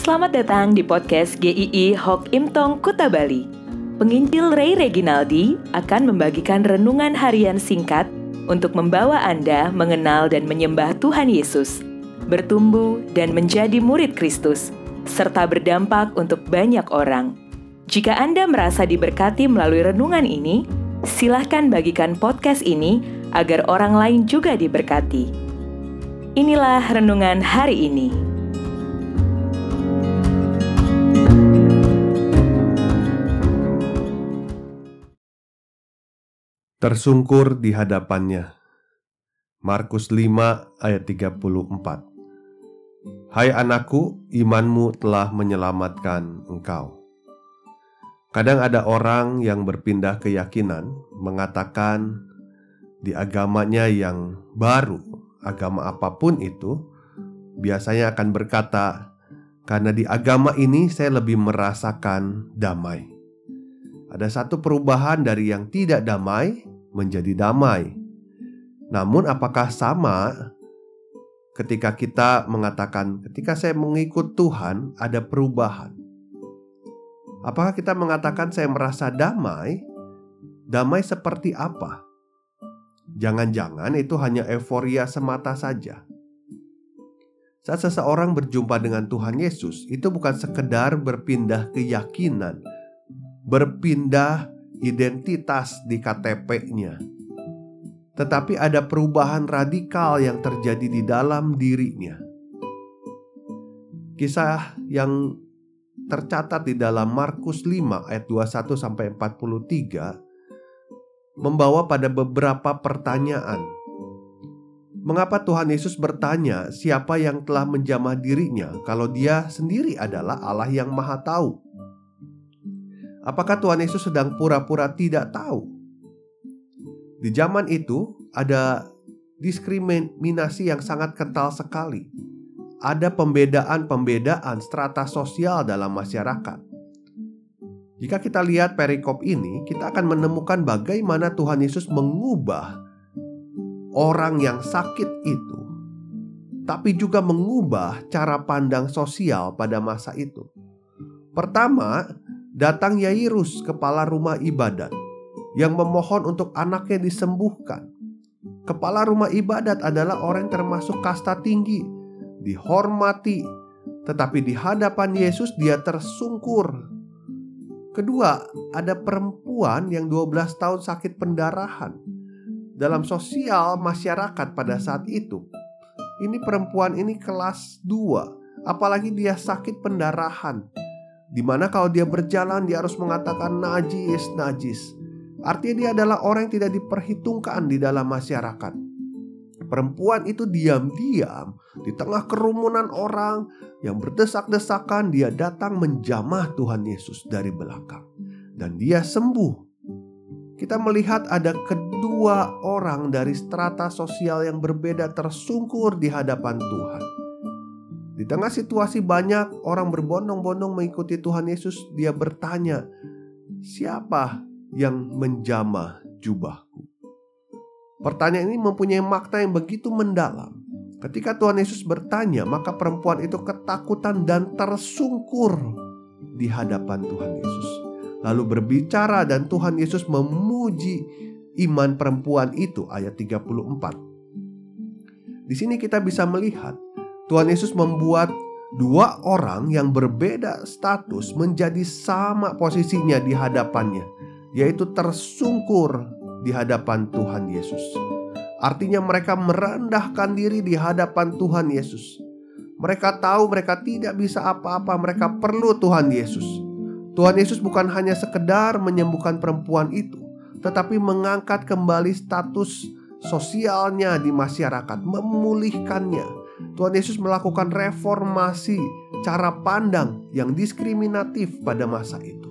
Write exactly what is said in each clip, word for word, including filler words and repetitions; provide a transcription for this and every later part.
Selamat datang di podcast G I I Hok Im Tong Kuta Bali. Penginjil Ray Reginaldi akan membagikan renungan harian singkat untuk membawa Anda mengenal dan menyembah Tuhan Yesus, bertumbuh dan menjadi murid Kristus, serta berdampak untuk banyak orang. Jika Anda merasa diberkati melalui renungan ini, silahkan bagikan podcast ini agar orang lain juga diberkati. Inilah renungan hari ini. Tersungkur di hadapannya. Markus lima ayat tiga puluh empat. Hai anakku, imanmu telah menyelamatkan engkau. Kadang ada orang yang berpindah keyakinan, mengatakan di agamanya yang baru, agama apapun itu, biasanya akan berkata, karena di agama ini saya lebih merasakan damai. Ada satu perubahan dari yang tidak damai menjadi damai. Namun apakah sama ketika kita mengatakan, ketika saya mengikut Tuhan ada perubahan? Apakah kita mengatakan saya merasa damai? Damai seperti apa? Jangan-jangan itu hanya euforia semata saja. Saat seseorang berjumpa dengan Tuhan Yesus, itu bukan sekedar berpindah keyakinan, berpindah identitas di K T P-nya, tetapi ada perubahan radikal yang terjadi di dalam dirinya. Kisah yang tercatat di dalam Markus lima ayat dua puluh satu sampai empat puluh tiga membawa pada beberapa pertanyaan. Mengapa Tuhan Yesus bertanya siapa yang telah menjamah dirinya kalau dia sendiri adalah Allah yang Maha Tahu? Apakah Tuhan Yesus sedang pura-pura tidak tahu? Di zaman itu ada diskriminasi yang sangat kental sekali. Ada pembedaan-pembedaan strata sosial dalam masyarakat. Jika kita lihat perikop ini, kita akan menemukan bagaimana Tuhan Yesus mengubah orang yang sakit itu, tapi juga mengubah cara pandang sosial pada masa itu. Pertama, datang Yairus, kepala rumah ibadat, yang memohon untuk anaknya disembuhkan. Kepala rumah ibadat adalah orang yang termasuk kasta tinggi, dihormati, tetapi di hadapan Yesus dia tersungkur. Kedua, ada perempuan yang dua belas tahun sakit pendarahan. Dalam sosial masyarakat pada saat itu, ini perempuan ini kelas dua, apalagi dia sakit pendarahan, di mana kalau dia berjalan dia harus mengatakan najis, najis. Artinya dia adalah orang yang tidak diperhitungkan di dalam masyarakat. Perempuan itu diam-diam di tengah kerumunan orang yang berdesak-desakan, dia datang menjamah Tuhan Yesus dari belakang, dan dia sembuh. Kita melihat ada kedua orang dari strata sosial yang berbeda tersungkur di hadapan Tuhan. Di tengah situasi banyak orang berbondong-bondong mengikuti Tuhan Yesus, dia bertanya, siapa yang menjamah jubahku? Pertanyaan ini mempunyai makna yang begitu mendalam. Ketika Tuhan Yesus bertanya, maka perempuan itu ketakutan dan tersungkur di hadapan Tuhan Yesus. Lalu berbicara dan Tuhan Yesus memuji iman perempuan itu, ayat tiga puluh empat. Di sini kita bisa melihat Tuhan Yesus membuat dua orang yang berbeda status menjadi sama posisinya di hadapannya, yaitu tersungkur di hadapan Tuhan Yesus. Artinya mereka merendahkan diri di hadapan Tuhan Yesus. Mereka tahu mereka tidak bisa apa-apa, mereka perlu Tuhan Yesus. Tuhan Yesus bukan hanya sekedar menyembuhkan perempuan itu, tetapi mengangkat kembali status sosialnya di masyarakat, memulihkannya. Tuhan Yesus melakukan reformasi cara pandang yang diskriminatif pada masa itu.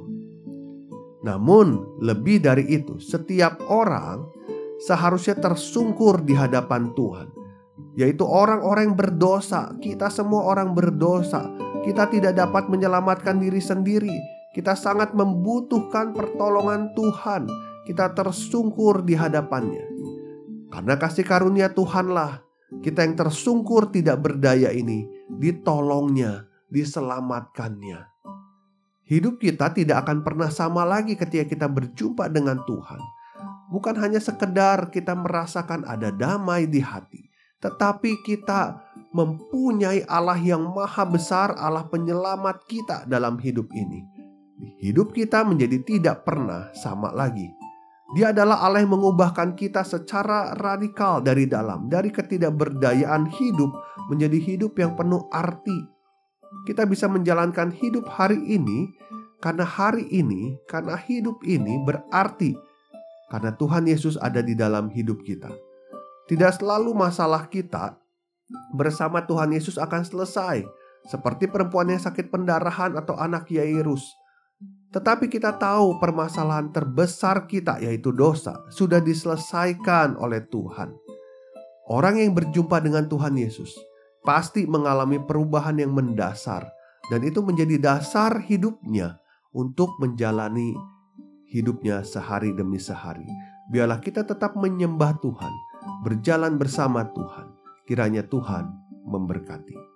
Namun lebih dari itu, setiap orang seharusnya tersungkur di hadapan Tuhan, yaitu orang-orang yang berdosa. Kita semua orang berdosa. Kita tidak dapat menyelamatkan diri sendiri. Kita sangat membutuhkan pertolongan Tuhan. Kita tersungkur di hadapannya. Karena kasih karunia Tuhanlah kita yang tersungkur tidak berdaya ini ditolongnya, diselamatkannya. Hidup kita tidak akan pernah sama lagi ketika kita berjumpa dengan Tuhan. Bukan hanya sekedar kita merasakan ada damai di hati, tetapi kita mempunyai Allah yang maha besar, Allah penyelamat kita dalam hidup ini. Hidup kita menjadi tidak pernah sama lagi. Dia adalah Allah yang mengubahkan kita secara radikal dari dalam, dari ketidakberdayaan hidup menjadi hidup yang penuh arti. Kita bisa menjalankan hidup hari ini karena hari ini, karena hidup ini berarti karena Tuhan Yesus ada di dalam hidup kita. Tidak selalu masalah kita bersama Tuhan Yesus akan selesai, seperti perempuan yang sakit pendarahan atau anak Yairus. Tetapi kita tahu permasalahan terbesar kita, yaitu dosa, sudah diselesaikan oleh Tuhan. Orang yang berjumpa dengan Tuhan Yesus pasti mengalami perubahan yang mendasar, dan itu menjadi dasar hidupnya untuk menjalani hidupnya sehari demi sehari. Biarlah kita tetap menyembah Tuhan, berjalan bersama Tuhan. Kiranya Tuhan memberkati.